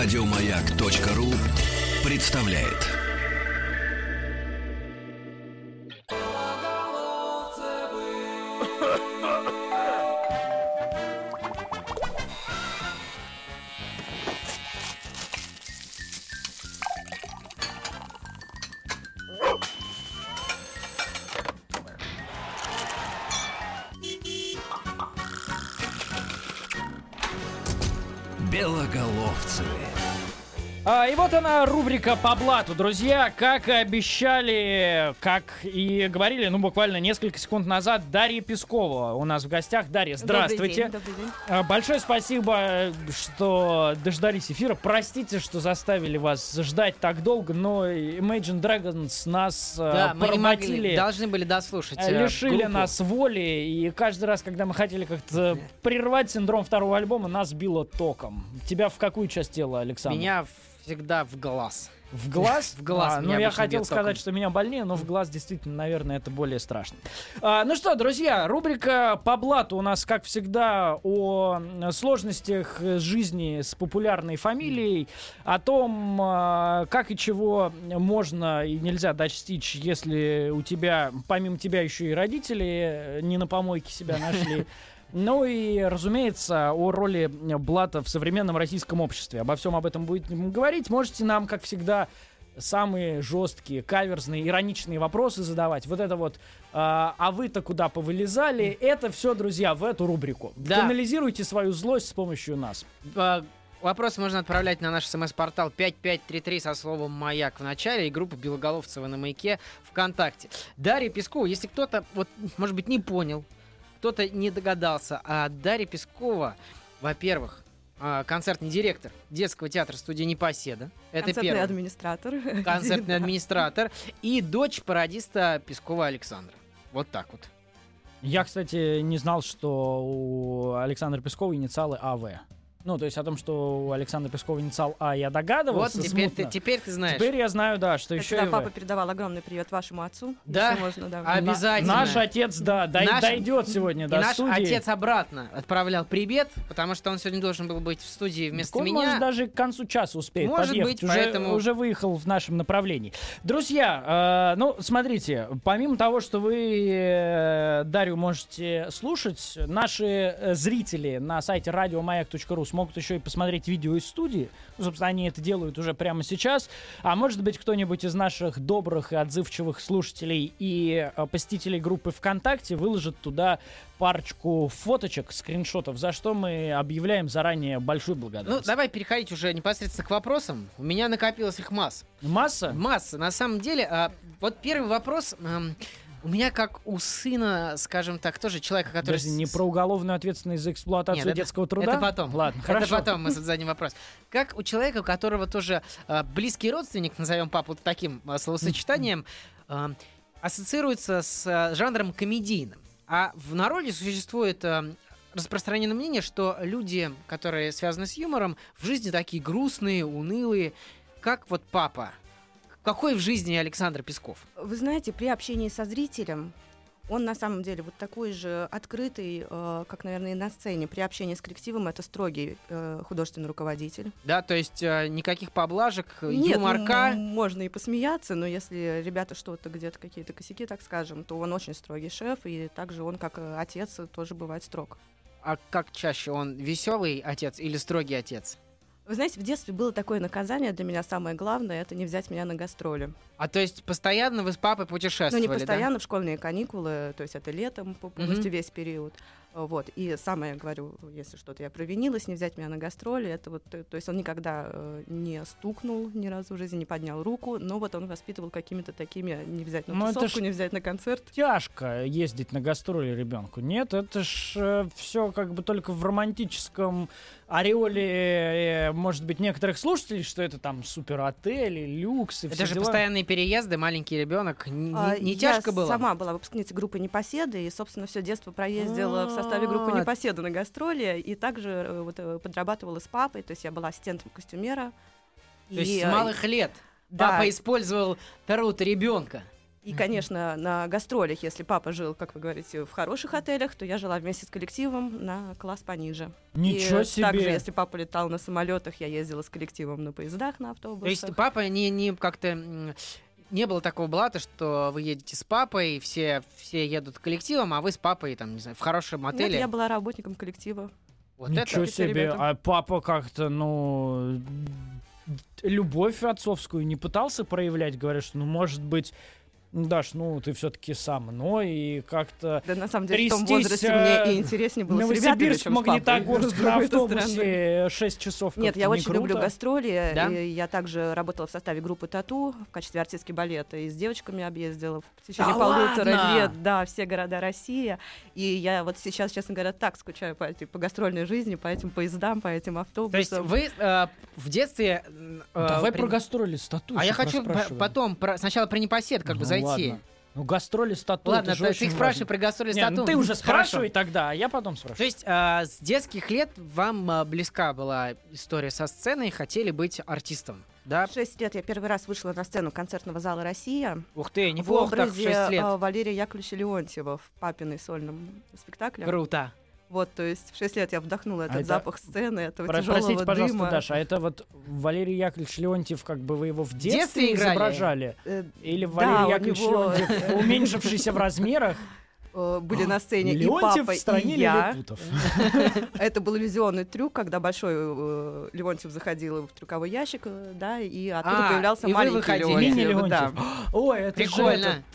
Радиомаяк.ру представляет. Белоголовцевы. И вот она, рубрика «По блату», друзья. Как и обещали, как и говорили, буквально несколько секунд назад, Дарья Пескова у нас в гостях. Дарья, здравствуйте. Добрый день. Большое спасибо, что дождались эфира. Простите, что заставили вас ждать так долго, но Imagine Dragons нас Мы не могли, поработили, должны были дослушать лишили группу. нас воли. И каждый раз, когда мы хотели как-то прервать синдром второго альбома, нас било током. Тебя в какую часть тела, Александр? Меня всегда в глаз. В глаз? В глаз меня я обычно хотел бьет сказать, током. что меня больнее, но в глаз действительно, наверное, это более страшно. Ну что, друзья, рубрика «По блату» у нас, как всегда, о сложностях жизни с популярной фамилией, о том, как и чего можно и нельзя достичь, если у тебя, помимо тебя, еще и родители не на помойке себя нашли. Ну и, разумеется, о роли блата в современном российском обществе. Обо всем об этом будем говорить. Можете нам, как всегда, самые жесткие, каверзные, ироничные вопросы задавать. Вот это вот, а вы-то куда повылезали? Это все, друзья, в эту рубрику. Да. Канализируйте свою злость с помощью нас. Вопросы можно отправлять на наш смс-портал 5533 со словом «Маяк» в начале и группу Белоголовцева на Маяке ВКонтакте. Дарья Пескова, если кто-то, может быть, не понял, кто-то не догадался, а Дарья Пескова, во-первых, концертный директор детского театра студии «Непоседа». Это Концертный первое. администратор. Концертный администратор. И дочь пародиста Пескова Александра. Вот так вот. Я, кстати, не знал, что у Александра Пескова инициалы АВ. Ну, то есть о том, что у Александра Пескова инициал А, я догадывался. Вот теперь ты знаешь. Теперь я знаю, да, что еще и Папа передавал огромный привет вашему отцу. Да, если можно, да. обязательно. Наш отец, да, дойдет сегодня И до наш студии. отец обратно отправлял привет, потому что он сегодня должен был быть в студии вместо Так он, меня. может, даже к концу часа успеет Может подъехать. быть, поэтому... Уже выехал в нашем направлении. Друзья, смотрите, помимо того, что вы Дарью можете слушать, наши зрители на сайте радиомаяк.ру смогут еще и посмотреть видео из студии. Собственно, они это делают уже прямо сейчас. А может быть, кто-нибудь из наших добрых и отзывчивых слушателей и посетителей группы ВКонтакте выложит туда парочку фоточек, скриншотов, за что мы объявляем заранее большую благодарность. давай переходить уже непосредственно к вопросам. У меня накопилось их масса. Масса? Масса. На самом деле, вот первый вопрос... У меня, как у сына, скажем так, тоже человека, который... Подожди, не про уголовную ответственность за эксплуатацию Нет, детского труда? Это потом. Ладно, это хорошо. потом мы зададим вопрос. Как у человека, у которого тоже близкий родственник, назовем папу таким словосочетанием, ассоциируется с жанром комедийным. А в народе существует распространенное мнение, что люди, которые связаны с юмором, в жизни такие грустные, унылые, как вот папа. Какой в жизни Александр Песков? Вы знаете, при общении со зрителем он на самом деле вот такой же открытый, как, наверное, и на сцене. При общении с коллективом это строгий художественный руководитель. Да, то есть никаких поблажек, Нет, юморка. можно и посмеяться, но если ребята что-то где-то, какие-то косяки, так скажем, то он очень строгий шеф, и также он, как отец, тоже бывает строг. А как чаще, он веселый отец или строгий отец? Вы знаете, в детстве было такое наказание для меня, самое главное, это не взять меня на гастроли. А то есть постоянно вы с папой путешествовали, Ну, не постоянно, да? в школьные каникулы, то есть это летом, полностью весь период. Вот. И самое, говорю, если что-то я провинилась, не взять меня на гастроли, это вот, то есть он никогда не стукнул ни разу в жизни, не поднял руку, но вот он воспитывал какими-то такими, не взять на тусовку, не взять на концерт. Тяжко ездить на гастроли ребенку. Нет, это ж все как бы только в романтическом ореоле, может быть, некоторых слушателей, что это там суперотели, люкс и все Это же дела. постоянные переезды, маленький ребенок. Не тяжко было? Я сама была выпускницей группы «Непоседы», и, собственно, все детство проездила в составе группы «Непоседы» на гастроли, и также подрабатывала с папой, то есть я была ассистентом костюмера. То есть с малых лет папа использовал второго-то ребенка. И, конечно, на гастролях, если папа жил, как вы говорите, в хороших отелях, то я жила вместе с коллективом на класс пониже. Ничего И себе! также, если папа летал на самолетах, я ездила с коллективом на поездах, на автобусах. То есть папа не как-то... Не было такого блата, что вы едете с папой, все едут коллективом, а вы с папой, там, не знаю, в хорошем отеле. Нет, я была работником коллектива. Вот Ничего это... все себе! ребята. А папа как-то, любовь отцовскую не пытался проявлять? Говорят, что, может быть, Даш, ты все-таки со мной, и как-то Да, на самом деле, в том трястись, возрасте мне и интереснее было с ребятами, Новосибирск, чем с папой. Магнитогорск С на другой стороны. автобусе 6 часов. Нет, как-то я не очень люблю круто. гастроли. Да? И я также работала в составе группы «Тату» в качестве артистки балета. И с девочками объездила в течение Да полутора ладно? лет. Да, все города России. И я вот сейчас, честно говоря, так скучаю по гастрольной жизни, по этим поездам, по этим То есть автобусам. вы в детстве... Давай про гастроли с Тату. А я еще хочу проспрашиваем. потом сначала про непосед как бы зайти. Ладно. Гастроли с Тату. Ладно, это же ты очень спрашивай важно. про гастроли с Не, Тату. ты уже Хорошо. спрашивай тогда, а я потом То спрашиваю. есть с детских лет вам близка была история со сценой, хотели быть артистом, да? В 6 лет я первый раз вышла на сцену концертного зала «Россия» Ух ты, в неплохо так в образе 6 лет. Валерия Яковлевича Леонтьева в папиной сольном спектакле. Круто. Вот, то есть в 6 лет я вдохнула этот это- запах сцены, этого тяжелого Простите, пожалуйста, дыма. Даша, а это вот Валерий Яковлевич Леонтьев, как бы вы его в детстве детстве играли? изображали? Или Да, Валерий у Яковлевич него Леонтьев, уменьшившийся в размерах? были на сцене и Леонтьев папа, в стране и я. лилипутов. Это был иллюзионный трюк, когда большой Леонтьев заходил в трюковой ящик, да, и оттуда появлялся и вы маленький выходили. Мини Леонтьев. Да. Леонтьев. Ой, это Прикольно. же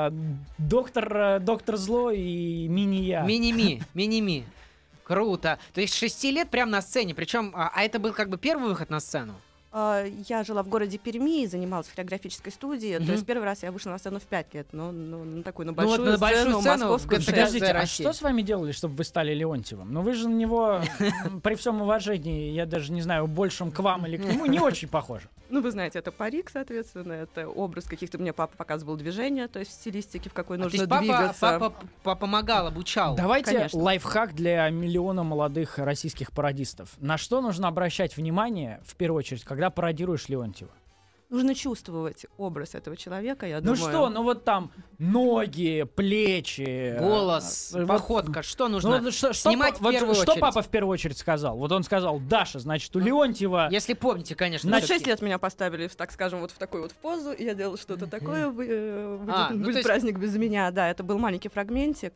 доктор Зло и мини-я. Мини-ми. Круто. То есть с 6 лет прям на сцене. Причем, а это был как бы первый выход на сцену? Я жила в городе Перми и занималась в хореографической студии. Мгм. То есть первый раз я вышла на сцену в 5 лет, но на такую, на Ну вот большую на большую сцену, сцену московскую. в шесть. Подождите, а России. что с вами делали, чтобы вы стали Леонтьевым? Ну вы же на него, при всем уважении, я даже не знаю, большем к вам или к нему, не очень похожи. Ну, вы знаете, это парик, соответственно, это образ каких-то... Мне папа показывал движения, то есть в стилистике, в какой То нужно есть папа двигаться. помогал, обучал. Давайте Конечно. лайфхак для миллиона молодых российских пародистов. На что нужно обращать внимание, в первую очередь, когда пародируешь Леонтьева? Нужно чувствовать образ этого человека, я Ну думаю. что, ну вот там ноги, плечи... Голос, вот- походка. Что нужно Ну, что снимать в первую что очередь? папа в первую очередь сказал? Вот он сказал, Даша, значит, у Леонтьева... Если помните, конечно. На всё-таки. 6 лет меня поставили, так скажем, вот в такую вот позу, и я делала что-то такое, Ну, будет то есть- праздник без меня, да, это был маленький фрагментик.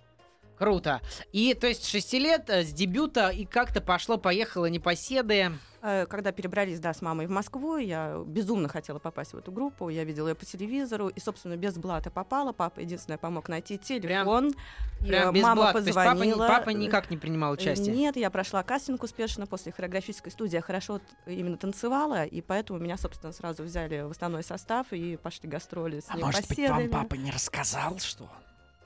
Круто. И то есть с 6 лет с дебюта и как-то пошло-поехало непоседы. Когда перебрались, да, с мамой в Москву, я безумно хотела попасть в эту группу, я видела ее по телевизору, и, собственно, без блата попала, папа единственное помог найти телефон, Прям и без мама блата. То есть позвонила. папа никак не принимал участие. Нет, я прошла кастинг успешно после хореографической студии, я хорошо именно танцевала, и поэтому меня, собственно, сразу взяли в основной состав и пошли гастроли с А может быть, вам непоседами. папа не рассказал, что он?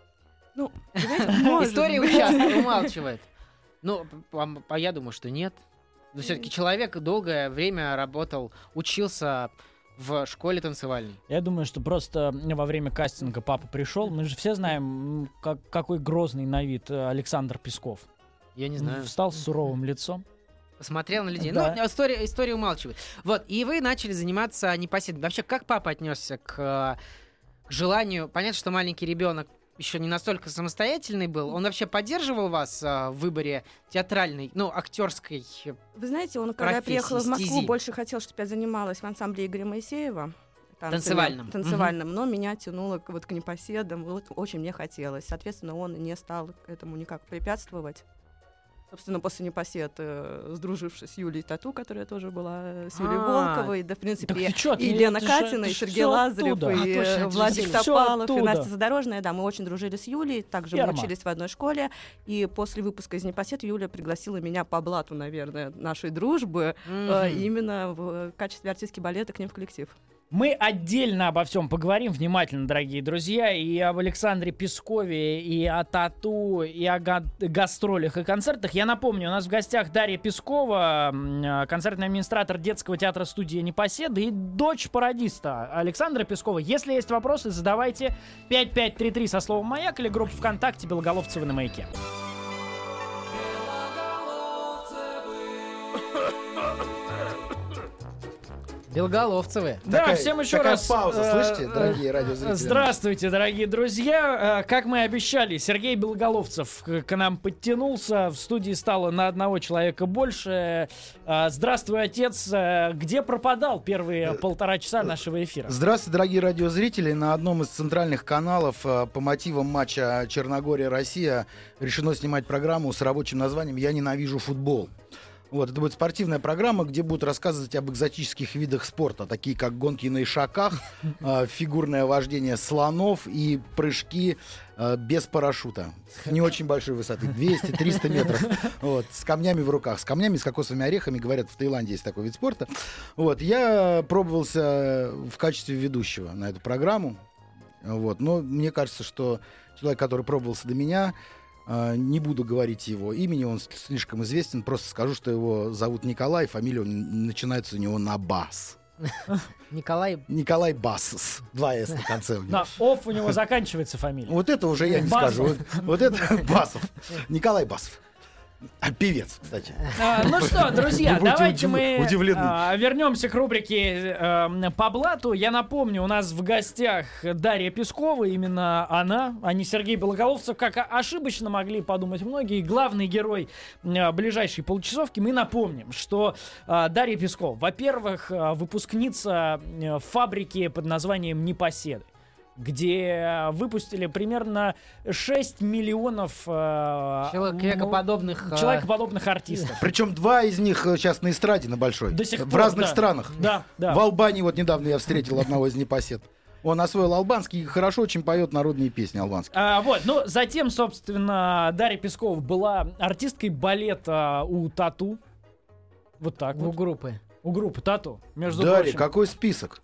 Ну, понимаете, может История быть. часто умалчивает. Ну, а я думаю, что нет. Но все-таки человек долгое время работал, учился в школе танцевальной. Я думаю, что просто во время кастинга папа пришел. Мы же все знаем, какой грозный на вид Александр Песков. Я не знаю. Встал с суровым лицом. Посмотрел на людей. Да. Ну, история умалчивает. Вот, и вы начали заниматься непоседом. Вообще, как папа отнесся к желанию? Понятно, что маленький ребенок еще не настолько самостоятельный был. Он вообще поддерживал вас в выборе театральной, актерской? Вы знаете, он, когда я профессии, приехала в Москву, стези. больше хотел, чтобы я занималась в ансамбле Игоря Моисеева. Танцевальном. Танцевальном, но меня тянуло к непоседам, вот очень мне хотелось. Соответственно, он не стал этому никак препятствовать. Собственно, после «Непосед», сдружившись с Юлией Тату, которая тоже была с Юлией Волковой, да, в принципе, Так ты чё, и ты- Лена это Катина, же- и это ж Сергей всё Лазарев, оттуда. и А, точно, Владик всё Топалов, и оттуда. Настя Задорожная. Да, мы очень дружили с Юлей, также мы Ферма. учились в одной школе. И после выпуска из «Непосед» Юля пригласила меня по блату, наверное, нашей дружбы, именно в качестве артистки балета к ним в коллектив. Мы отдельно обо всем поговорим внимательно, дорогие друзья, и об Александре Пескове, и о Тату, и о гастролях и концертах. Я напомню, у нас в гостях Дарья Пескова, концертный администратор детского театра студии «Непоседы» и дочь пародиста Александра Пескова. Если есть вопросы, задавайте 5533 со словом «Маяк» или группу ВКонтакте «Белоголовцевы на маяке». Белоголовцевы. Да, всем еще такая раз... пауза, слышите, дорогие радиозрители? Здравствуйте, дорогие друзья. Как мы и обещали, Сергей Белоголовцев к нам подтянулся. В студии стало на одного человека больше. Здравствуй, отец. Где пропадал первые полтора часа нашего эфира? Здравствуйте, дорогие радиозрители. На одном из центральных каналов по мотивам матча Черногория-Россия решено снимать программу с рабочим названием «Я ненавижу футбол». Вот, это будет спортивная программа, где будут рассказывать об экзотических видах спорта, такие как гонки на ишаках, фигурное вождение слонов и прыжки без парашюта. Не очень большой высоты, 200-300 метров. Вот, с камнями в руках, с камнями, с кокосовыми орехами. Говорят, в Таиланде есть такой вид спорта. Вот, я пробовался в качестве ведущего на эту программу. Вот, но мне кажется, что человек, который пробовался до меня... Не буду говорить его имени, он слишком известен. Просто скажу, что его зовут Николай, фамилия начинается у него на Бас. Николай Басс. 2 «с» на конце у него. На «ов» у него заканчивается фамилия. Вот это уже я не скажу. Вот это Басов. Николай Басов. Певец, кстати. Ну что, друзья, давайте мы удивлены. вернемся к рубрике «По блату». Я напомню, у нас в гостях Дарья Пескова, именно она, а не Сергей Белоголовцев, как ошибочно могли подумать многие. Главный герой ближайшей получасовки. Мы напомним, что Дарья Пескова, во-первых, выпускница фабрики под названием «Непоседы», где выпустили примерно 6 миллионов человекоподобных артистов. Причем 2 из них сейчас на эстраде на большой. До сих пор, в разных да. странах. Да. В Албании вот недавно я встретил одного из непосед. Он освоил албанский и хорошо очень поет народные песни албанские. Затем, собственно, Дарья Пескова была артисткой балета у Тату. Вот так вот. У группы Тату, между Дарья, прочим. какой список?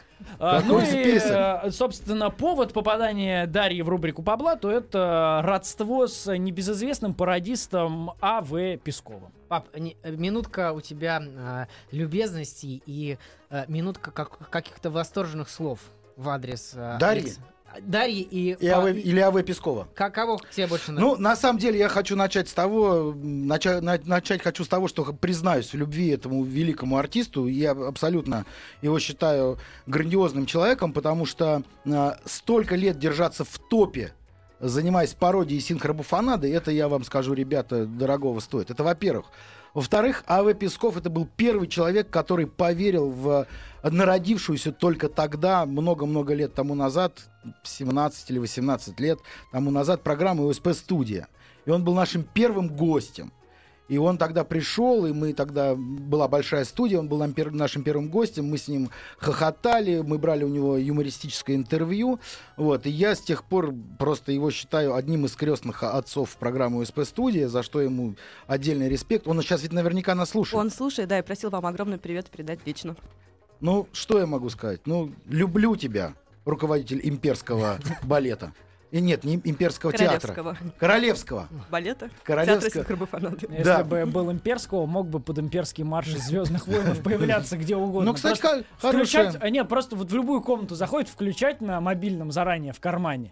Собственно, повод попадания Дарьи в рубрику «По блату» — это родство с небезызвестным пародистом А.В. Песковым. Пап, минутка у тебя любезностей и минутка каких-то восторженных слов в адрес Дарьи? Дарьи или А.В. Пескова. Кого тебе больше нравится? Ну, на самом деле, я хочу начать с того, что признаюсь в любви этому великому артисту. Я абсолютно его считаю грандиозным человеком, потому что столько лет держаться в топе, занимаясь пародией синхробуфонадой, это, я вам скажу, ребята, дорогого стоит. Это во-первых. Во-вторых, А.В. Песков — это был первый человек, который поверил в народившуюся только тогда, много-много лет тому назад, 17 или 18 лет тому назад, программу ОСП-студия. И он был нашим первым гостем. И он тогда пришел, и мы тогда... Была большая студия, он был нашим первым гостем, мы с ним хохотали, мы брали у него юмористическое интервью. Вот, и я с тех пор просто его считаю одним из крестных отцов программы ОСП-студия, за что ему отдельный респект. Он сейчас ведь наверняка нас слушает. Он слушает, да, и просил вам огромный привет передать лично. Ну, что я могу сказать? Ну, люблю тебя, руководитель имперского балета. И нет, не имперского театра. Королевского. Балета. Королевского. Театра синхробуфонады. Если бы был имперского, мог бы под имперский марш «Звездных воинов» появляться где угодно. Ну, кстати, хорошая. Не, просто вот в любую комнату заходит, включать на мобильном заранее в кармане.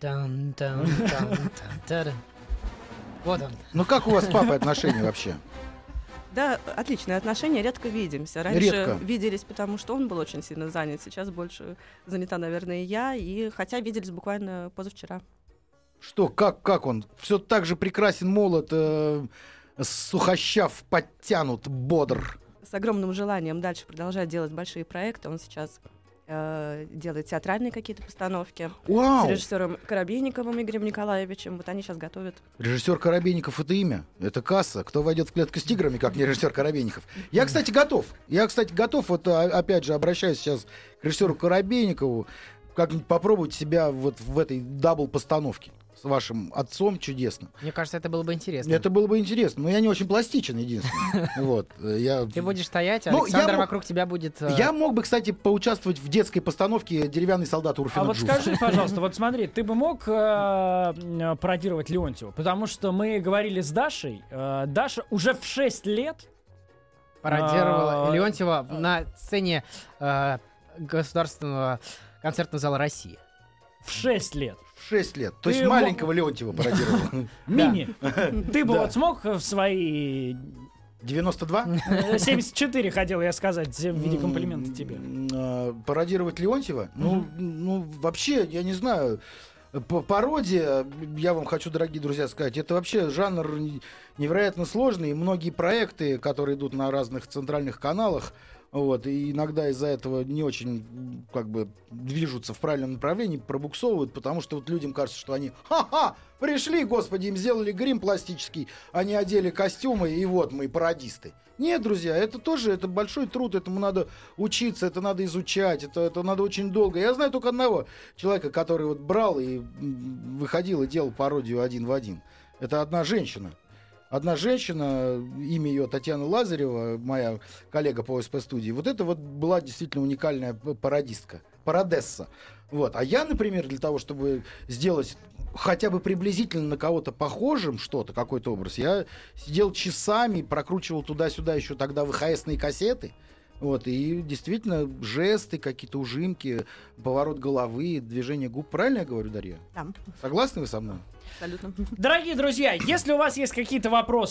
Вот он. Ну, как у вас с папой отношения вообще? Да, отличные отношения, редко видимся. Раньше виделись, потому что он был очень сильно занят, сейчас больше занята, наверное, и я, и хотя виделись буквально позавчера. Что, как он? Все так же прекрасен, молод, сухощав, подтянут, бодр. С огромным желанием дальше продолжать делать большие проекты. Он сейчас делает театральные какие-то постановки. Вау! С режиссером Коробейниковым Игорем Николаевичем. Вот они сейчас готовят. Режиссер Коробейников — это имя, это касса. Кто войдет в клетку с тиграми, как не режиссер Коробейников? Я, кстати, готов. Вот опять же обращаюсь сейчас к режиссеру Коробейникову, как-нибудь попробовать себя вот в этой дабл-постановке с вашим отцом чудесным. Мне кажется, это было бы интересно. Это было бы интересно, но я не очень пластичен, единственное. Вот, Ты будешь стоять, а Александр вокруг тебя будет... Я мог бы, кстати, поучаствовать в детской постановке «Деревянный солдат» Урфина А вот Джуса. скажи, пожалуйста, вот смотри, ты бы мог пародировать Леонтьева? Потому что мы говорили с Дашей. Даша уже в 6 лет пародировала Леонтьева на сцене Государственного концертного зала России. В 6 лет. 6 лет. То есть маленького Леонтьева пародировал. Мини. Ты бы вот смог в свои 92? 74 хотел я сказать в виде комплимента тебе. Пародировать Леонтьева? Ну, вообще, я не знаю. Пародия, я вам хочу, дорогие друзья, сказать, это вообще жанр невероятно сложный. И многие проекты, которые идут на разных центральных каналах, вот, и иногда из-за этого не очень как бы движутся в правильном направлении, пробуксовывают, потому что вот людям кажется, что они пришли, господи, им сделали грим пластический, они одели костюмы, и вот мы пародисты. Нет, друзья, это тоже это большой труд, этому надо учиться, это надо изучать, это надо очень долго. Я знаю только одного человека, который вот брал и выходил и делал пародию один в один. Это одна женщина. Одна женщина, имя ее Татьяна Лазарева, моя коллега по ОСП-студии, вот это вот была действительно уникальная пародистка, пародесса. Вот. А я, например, для того, чтобы сделать хотя бы приблизительно на кого-то похожим что-то, какой-то образ, я сидел часами, прокручивал туда-сюда еще тогда ВХСные кассеты. Вот, и действительно жесты, какие-то ужимки, поворот головы, движение губ. Правильно я говорю, Дарья? Да, Согласны вы со мной? абсолютно. Дорогие друзья, если у вас есть какие-то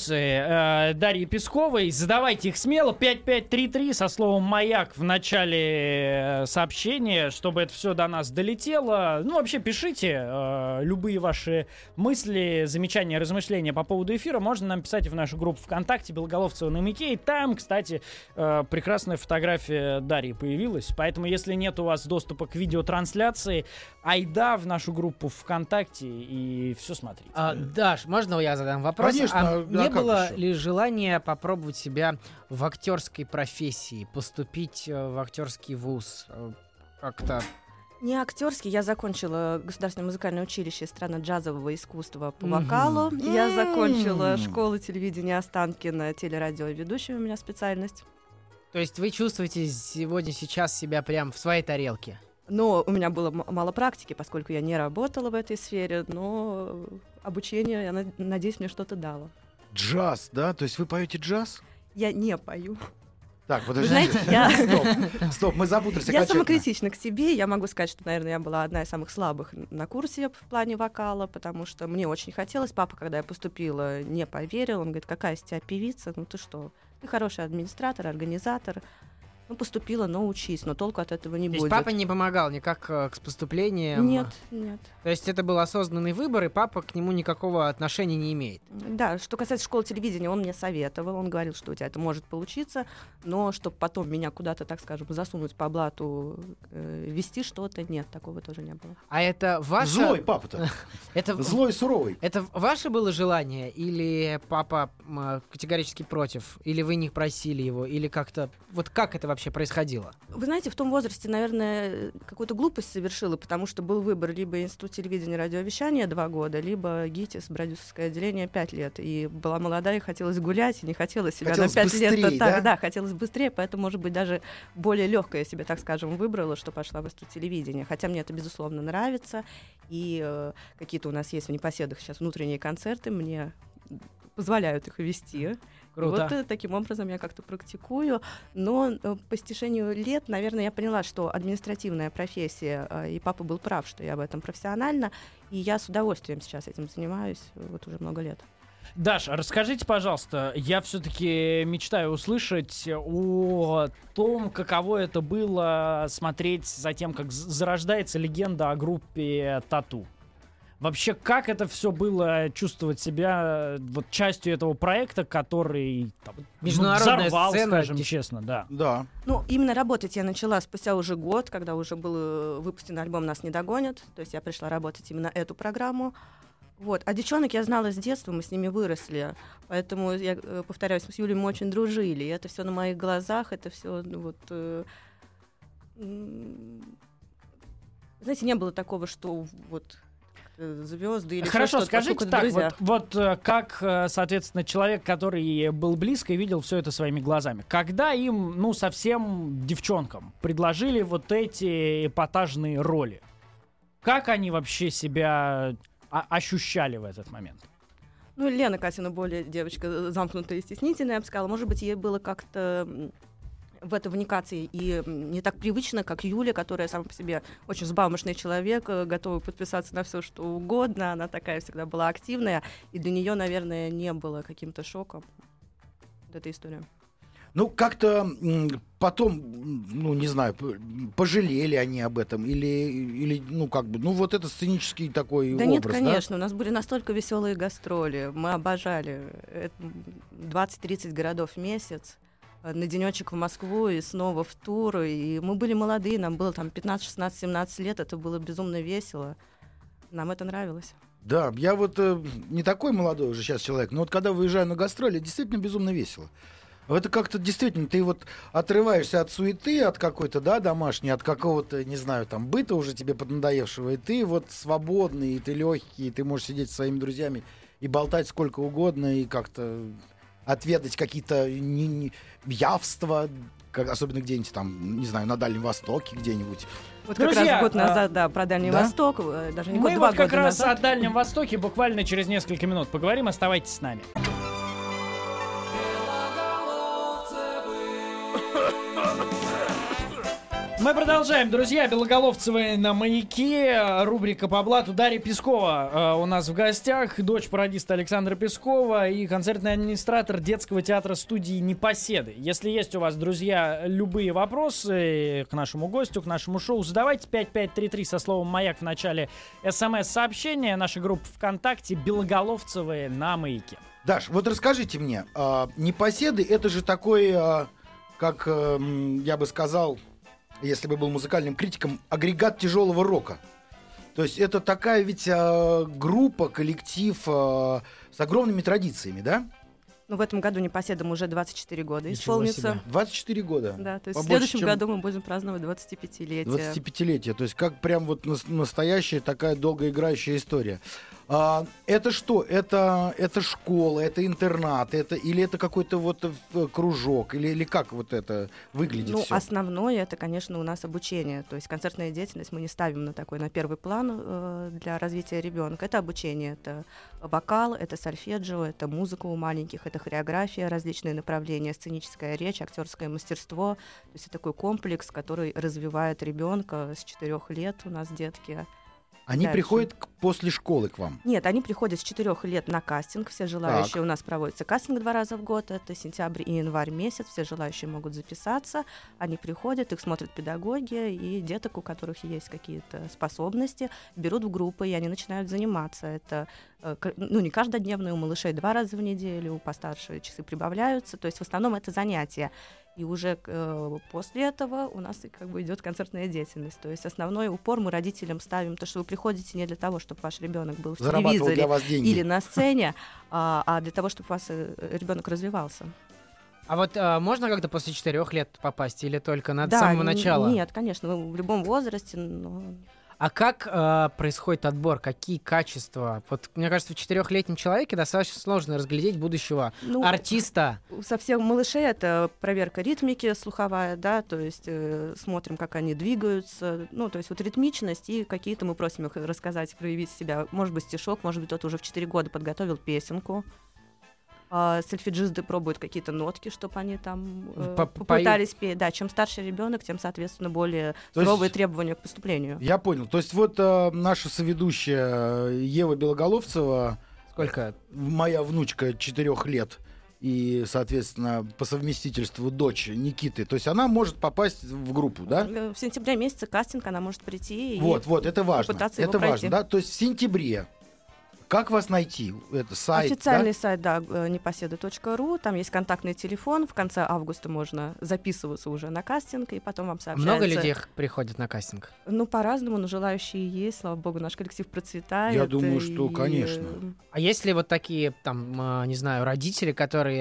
вопросы Дарьи Песковой, задавайте их смело. 5533 со словом «Маяк» в начале сообщения, чтобы это все до нас долетело. Ну, вообще, пишите любые ваши мысли, замечания, размышления по поводу эфира. Можно нам писать и в нашу группу ВКонтакте «Белоголовцева на маяке». И там, кстати, прекрасная фотография Дарьи появилась. Поэтому, если нет у вас доступа к видеотрансляции, айда в нашу группу ВКонтакте и все смотрите. Даш, можно я задам вопрос? Конечно, Не как было еще? ли желания попробовать себя в актерской профессии, поступить в актерский вуз? Как-то... Не актерский, я закончила Государственное музыкальное училище эстрадно-джазового искусства по вокалу. Я закончила школу телевидения Останкино, телерадиоведущая у меня специальность. То есть вы чувствуете сейчас себя прям в своей тарелке? Но у меня было мало практики, поскольку я не работала в этой сфере, но обучение, я надеюсь, мне что-то дало. Джаз, да? То есть вы поете джаз? Я не пою. Так, Вы подождите. знаете, я... Стоп, мы запутались Я окончательно. самокритична к себе. Я могу сказать, что, наверное, я была одна из самых слабых на курсе в плане вокала, потому что мне очень хотелось. Папа, когда я поступила, не поверил. Он говорит, какая из тебя певица? Ну ты что? Ты хороший администратор, организатор. Ну, поступила, но учись, но толку от этого не То будет. есть папа не помогал никак к поступлениям? Нет, нет. То есть это был осознанный выбор, и папа к нему никакого отношения не имеет? Да, что касается школы телевидения, он мне советовал, он говорил, что у тебя это может получиться, но чтобы потом меня куда-то, так скажем, засунуть по блату, вести что-то, нет, такого тоже не было. А это ваше... Злой папа-то. Это... Злой и суровый. Это ваше было желание, или папа категорически против, или вы не просили его, или как-то... Вот как это вообще происходило? Вы знаете, в том возрасте, наверное, какую-то глупость совершила, потому что был выбор либо Институт телевидения и радиовещания 2 года, либо ГИТИС, продюсерское отделение 5 лет. И была молодая, и хотелось гулять, и не хотелось себя Хотелось на 5 лет. быстрее, Так, да? хотелось быстрее, поэтому, может быть, даже более легкое я себе, так скажем, выбрала, что пошла в Институт телевидения. Хотя мне это, безусловно, нравится. И какие-то у нас есть в Непоседах сейчас внутренние концерты, мне позволяют их вести. Круто. Вот таким образом я как-то практикую. Но по стечению лет, наверное, я поняла, что административная профессия, и папа был прав, что я в этом профессиональна, и я с удовольствием сейчас этим занимаюсь вот уже много лет. Даша, расскажите, пожалуйста, я все-таки мечтаю услышать о том, каково это было смотреть за тем, как зарождается легенда о группе «Тату». Вообще, как это все было чувствовать себя вот частью этого проекта, который там, Международная взорвал, сцена, скажем честно, да. Да. Ну, именно работать я начала спустя уже год, когда уже был выпущен альбом «Нас не догонят». То есть я пришла работать именно эту программу. Вот. А девчонок я знала с детства, мы с ними выросли. Поэтому, я повторяюсь, с Юлей мы очень дружили. И это все на моих глазах, это все вот... знаете, не было такого, что вот... звезды или Хорошо, что-то, скажите поскольку так, это друзья. как, соответственно, человек, который был близко и видел все это своими глазами, когда им, ну, совсем девчонкам предложили вот эти эпатажные роли, как они вообще себя ощущали в этот момент? Ну, Лена Катина более девочка замкнутая и стеснительная, я бы сказала. Может быть, ей было как-то в это вникаться и не так привычно, как Юля, которая сама по себе очень взбалмошный человек, готова подписаться на все, что угодно. Она такая всегда была активная, и для нее, наверное, не было каким-то шоком. вот эта история. Ну, как-то потом, ну, не знаю, пожалели они об этом или ну, как бы, ну, вот это сценический такой Да образ, нет, да? конечно, у нас были настолько веселые гастроли, мы обожали 20-30 городов в месяц, на денечек в Москву и снова в тур, и мы были молодые, нам было там 15, 16, 17 лет, это было безумно весело, нам это нравилось. Да, я вот не такой молодой уже сейчас человек, но вот когда выезжаю на гастроли, действительно безумно весело. Это как-то действительно, ты вот отрываешься от суеты, от какой-то, да, домашней, от какого-то, не знаю, там, быта уже тебе поднадоевшего, и ты вот свободный, и ты легкий, и ты можешь сидеть со своими друзьями и болтать сколько угодно, и как-то отведать какие-то явства, особенно где-нибудь там, не знаю, на Дальнем Востоке где-нибудь. Вот Друзья, как раз год назад, да, про Дальний да? Восток, даже не Мы год, 2 вот как года раз назад. о Дальнем Востоке буквально через несколько минут поговорим. Оставайтесь с нами. Мы продолжаем, друзья. Белоголовцевы на «Маяке». Рубрика «По блату». Дарья Пескова у нас в гостях. Дочь пародиста Александра Пескова и концертный администратор детского театра студии «Непоседы». Если есть у вас, друзья, любые вопросы к нашему гостю, к нашему шоу, задавайте 5533 со словом «Маяк» в начале СМС-сообщения. Наша группа ВКонтакте «Белоголовцевы на «Маяке». Даш, вот расскажите мне, «Непоседы» — это же такой, как я бы сказал, если бы был музыкальным критиком, агрегат тяжелого рока. То есть это такая ведь группа, коллектив с огромными традициями, да? Ну, в этом году «Непоседам» уже 24 года Ничего исполнится. себе. 24 года. Да, то есть Побольше, в следующем чем году мы будем праздновать 25-летие. 25-летие. То есть как прям вот настоящая такая долгоиграющая история. Это что? Это школа, это интернат, или это какой-то вот кружок, или как вот это выглядит Ну, всё? основное это, конечно, у нас обучение. То есть концертная деятельность мы не ставим на первый план для развития ребенка. Это обучение, это вокал, это сольфеджио, это музыка у маленьких, это хореография, различные направления, сценическая речь, актерское мастерство. То есть это такой комплекс, который развивает ребенка с 4 лет. У нас детки. Они дальше. приходят после школы к вам? Нет, они приходят с 4 лет на кастинг. Все желающие, у нас проводится кастинг 2 раза в год. Это сентябрь и январь месяц. Все желающие могут записаться. Они приходят, их смотрят педагоги, и деток, у которых есть какие-то способности, берут в группы, и они начинают заниматься. Это не каждодневно, у малышей 2 раза в неделю, у постарше часы прибавляются. То есть в основном это занятия. И уже после этого у нас как бы идет концертная деятельность. То есть основной упор мы родителям ставим, то, что вы приходите не для того, чтобы ваш ребенок был в Зарабатывал телевизоре для вас деньги. или на сцене, а для того, чтобы у вас ребенок развивался. А вот можно как-то после 4 лет попасть или только надо Да, с самого начала? Нет, конечно, в любом возрасте. Но... А как происходит отбор? Какие качества? Вот мне кажется, в 4-летнем человеке достаточно сложно разглядеть будущего артиста. У совсем малышей это проверка ритмики слуховая, да, то есть смотрим, как они двигаются, ну, то есть вот ритмичность, и какие-то мы просим их рассказать, проявить себя. Может быть, стишок, может быть, кто-то уже в 4 года подготовил песенку. Сольфеджисты пробуют какие-то нотки, чтобы они там попытались петь. Да, чем старше ребенок, тем, соответственно, более суровые требования к поступлению. Я понял. То есть вот наша соведущая Ева Белоголовцева, Сколько? моя внучка 4 лет, и, соответственно, по совместительству дочь Никиты, то есть она может попасть в группу, да? В сентябре месяце кастинг, она может прийти Вот, это важно. попытаться его Это важно, пройти. да? То есть в сентябре. Как вас найти? Это сайт, Официальный да? сайт, да, непоседы.ру, там есть контактный телефон, в конце августа можно записываться уже на кастинг, и потом вам сообщается. Много людей приходит на кастинг? Ну, по-разному, но желающие есть, слава богу, наш коллектив процветает. Я думаю, что, конечно. А есть ли вот такие, там, не знаю, родители,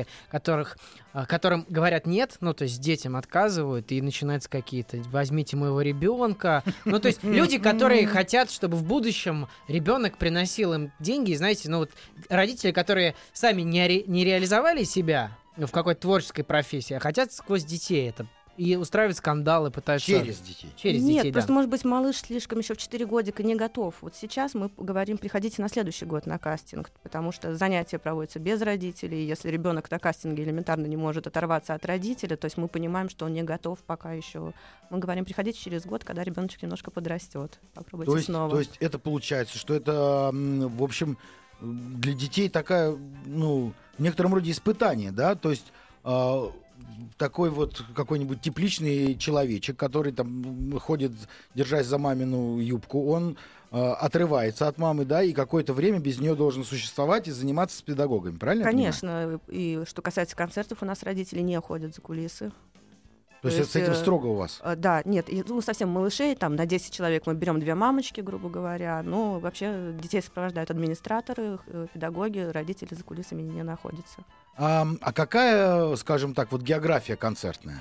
которым говорят нет, ну, то есть детям отказывают, и начинаются какие-то «возьмите моего ребенка». Ну, то есть люди, которые хотят, чтобы в будущем ребенок приносил им деньги, знаете, ну, вот родители, которые сами не реализовали себя в какой-то творческой профессии, а хотят сквозь детей это и устраивать скандалы, пытаются... Через детей. Через Нет, детей, просто, да. может быть, малыш слишком еще в 4 годика не готов. Вот сейчас мы говорим, приходите на следующий год на кастинг, потому что занятия проводятся без родителей. Если ребенок на кастинге элементарно не может оторваться от родителя, то есть мы понимаем, что он не готов пока еще. Мы говорим, приходите через год, когда ребеночек немножко подрастет. Попробуйте снова. То есть это получается, что это, в общем, для детей такая, ну, в некотором роде испытание, да? То есть такой вот какой-нибудь тепличный человечек, который там ходит, держась за мамину юбку, он отрывается от мамы, да, и какое-то время без нее должен существовать и заниматься с педагогами, правильно? Конечно. И что касается концертов, у нас родители не ходят за кулисы. То есть с этим строго у вас? Да, нет, совсем малышей, там на 10 человек мы берем 2 мамочки, грубо говоря. Но вообще детей сопровождают администраторы, педагоги, родители за кулисами не находятся. А какая, скажем так, вот география концертная?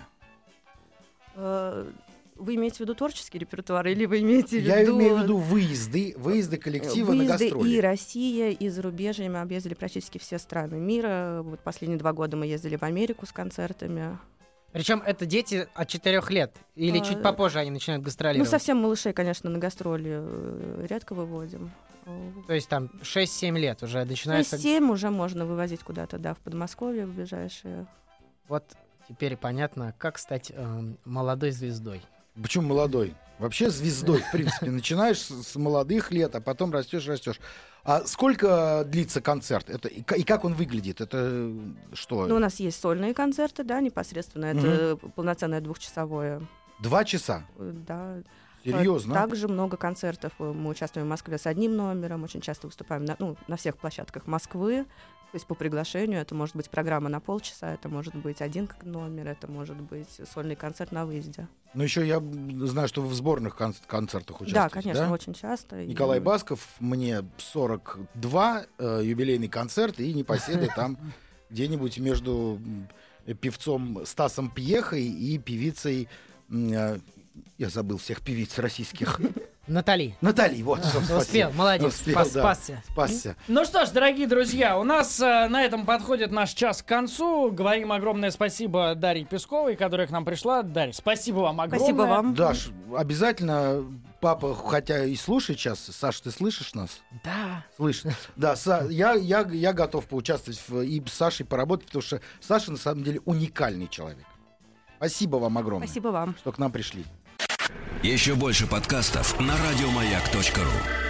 Вы имеете в виду творческий репертуар или вы имеете в виду... Я имею в виду выезды коллектива на гастроли. И Россия, и зарубежье. Мы объездили практически все страны мира. Вот последние 2 года мы ездили в Америку с концертами. Причем это дети от 4 лет? Или чуть попозже они начинают гастролировать? Ну, совсем малышей, конечно, на гастроли редко выводим. То есть там 6-7 лет уже начинается... 6-7 уже можно вывозить куда-то, да, в Подмосковье, в ближайшие. Вот теперь понятно, как стать молодой звездой. Почему молодой? Вообще звездой, в принципе, начинаешь с молодых лет, а потом растешь. А сколько длится концерт? Это, и как он выглядит? Это что? Ну, у нас есть сольные концерты, да, непосредственно. Это полноценное 2-часовое. 2 часа? Да. Серьезно? Также много концертов. Мы участвуем в Москве с одним номером, очень часто выступаем на всех площадках Москвы. То есть по приглашению это может быть программа на полчаса, это может быть 1 номер, это может быть сольный концерт на выезде. Ну, еще я знаю, что вы в сборных концертах участвуете. Да, конечно, очень часто. Николай Басков, мне 42, юбилейный концерт, и непоседы там где-нибудь между певцом Стасом Пьехой и певицей... Я забыл всех певиц российских. Натали, вот. Успел, молодец, спасся. Ну что ж, дорогие друзья, у нас на этом подходит наш час к концу. Говорим огромное спасибо Дарье Песковой, которая к нам пришла. Дарья, спасибо вам огромное. Спасибо вам. Даш, обязательно, папа, хотя и слушает сейчас. Саш, ты слышишь нас? Да. Слышишь? Да, я готов поучаствовать и с Сашей поработать, потому что Саша на самом деле уникальный человек. Спасибо вам огромное. Спасибо вам. Что к нам пришли. Еще больше подкастов на радиомаяк.ру.